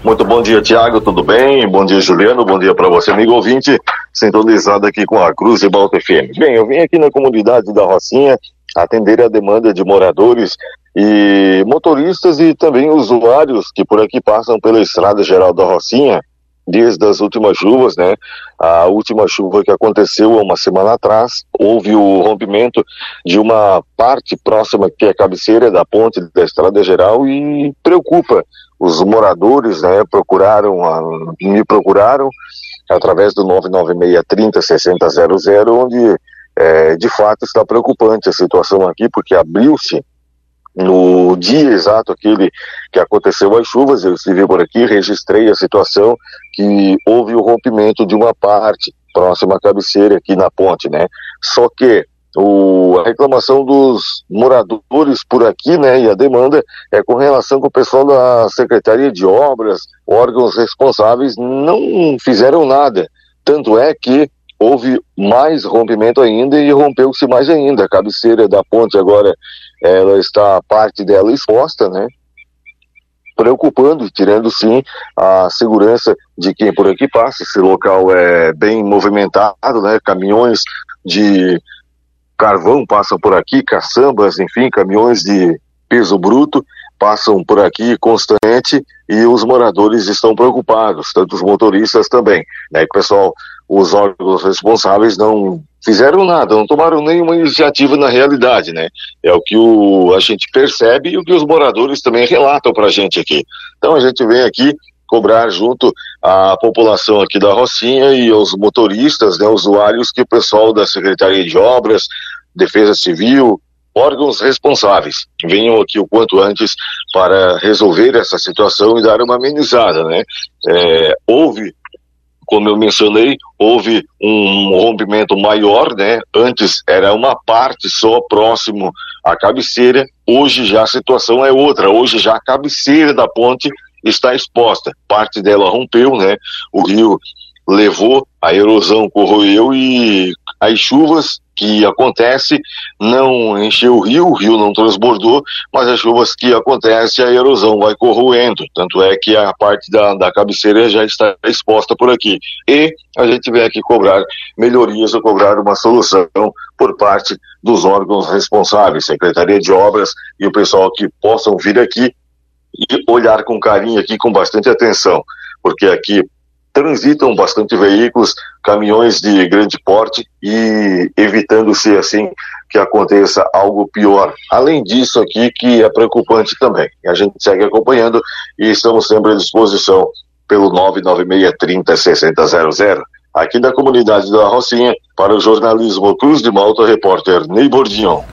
Muito bom dia, Tiago, tudo bem? Bom dia, Juliano, bom dia para você, amigo ouvinte, sintonizado aqui com a Cruz de Malta FM. Bem, eu vim aqui na comunidade da Rocinha atender a demanda de moradores e motoristas e também usuários que por aqui passam pela Estrada Geral da Rocinha desde as últimas chuvas, né? A última chuva que aconteceu há uma semana atrás, houve o rompimento de uma parte próxima que é a cabeceira da ponte da Estrada Geral e preocupa os moradores, né? Me procuraram através do 99630-6000, onde de fato está preocupante a situação aqui, porque abriu-se no dia exato aquele que aconteceu as chuvas. Eu estive por aqui, registrei a situação que houve o rompimento de uma parte próxima à cabeceira aqui na ponte, né? Só que a reclamação dos moradores por aqui, né, e a demanda é com relação que o pessoal da Secretaria de Obras, órgãos responsáveis, não fizeram nada. Tanto é que houve mais rompimento ainda e rompeu-se mais ainda. A cabeceira da ponte agora, ela está, parte dela exposta, né? Preocupando e tirando sim a segurança de quem por aqui passa. Esse local é bem movimentado, né? Caminhões de carvão passam por aqui, caçambas, enfim, caminhões de peso bruto passam por aqui constante e os moradores estão preocupados, tanto os motoristas também, né? Que os órgãos responsáveis não fizeram nada, não tomaram nenhuma iniciativa na realidade, né? É o que a gente percebe e o que os moradores também relatam pra gente aqui. Então a gente vem aqui cobrar junto à população aqui da Rocinha e aos motoristas, né, usuários, que o pessoal da Secretaria de Obras, Defesa Civil, órgãos responsáveis venham aqui o quanto antes para resolver essa situação e dar uma amenizada, né? Como eu mencionei, houve um rompimento maior, né? Antes era uma parte só próximo à cabeceira, hoje já a situação é outra, hoje já a cabeceira da ponte está exposta, parte dela rompeu, né? O rio levou, a erosão corroeu e as chuvas que acontecem não encheu o rio não transbordou, mas as chuvas que acontecem, a erosão vai corroendo, tanto é que a parte da cabeceira já está exposta por aqui. E a gente vem aqui cobrar melhorias ou cobrar uma solução por parte dos órgãos responsáveis, Secretaria de Obras e o pessoal que possam vir aqui e olhar com carinho aqui, com bastante atenção, porque aqui transitam bastante veículos, caminhões de grande porte e evitando-se assim que aconteça algo pior. Além disso aqui, que é preocupante também. A gente segue acompanhando e estamos sempre à disposição pelo 99630-6000. Aqui da comunidade da Rocinha, para o jornalismo Cruz de Malta, repórter Ney Bordignon.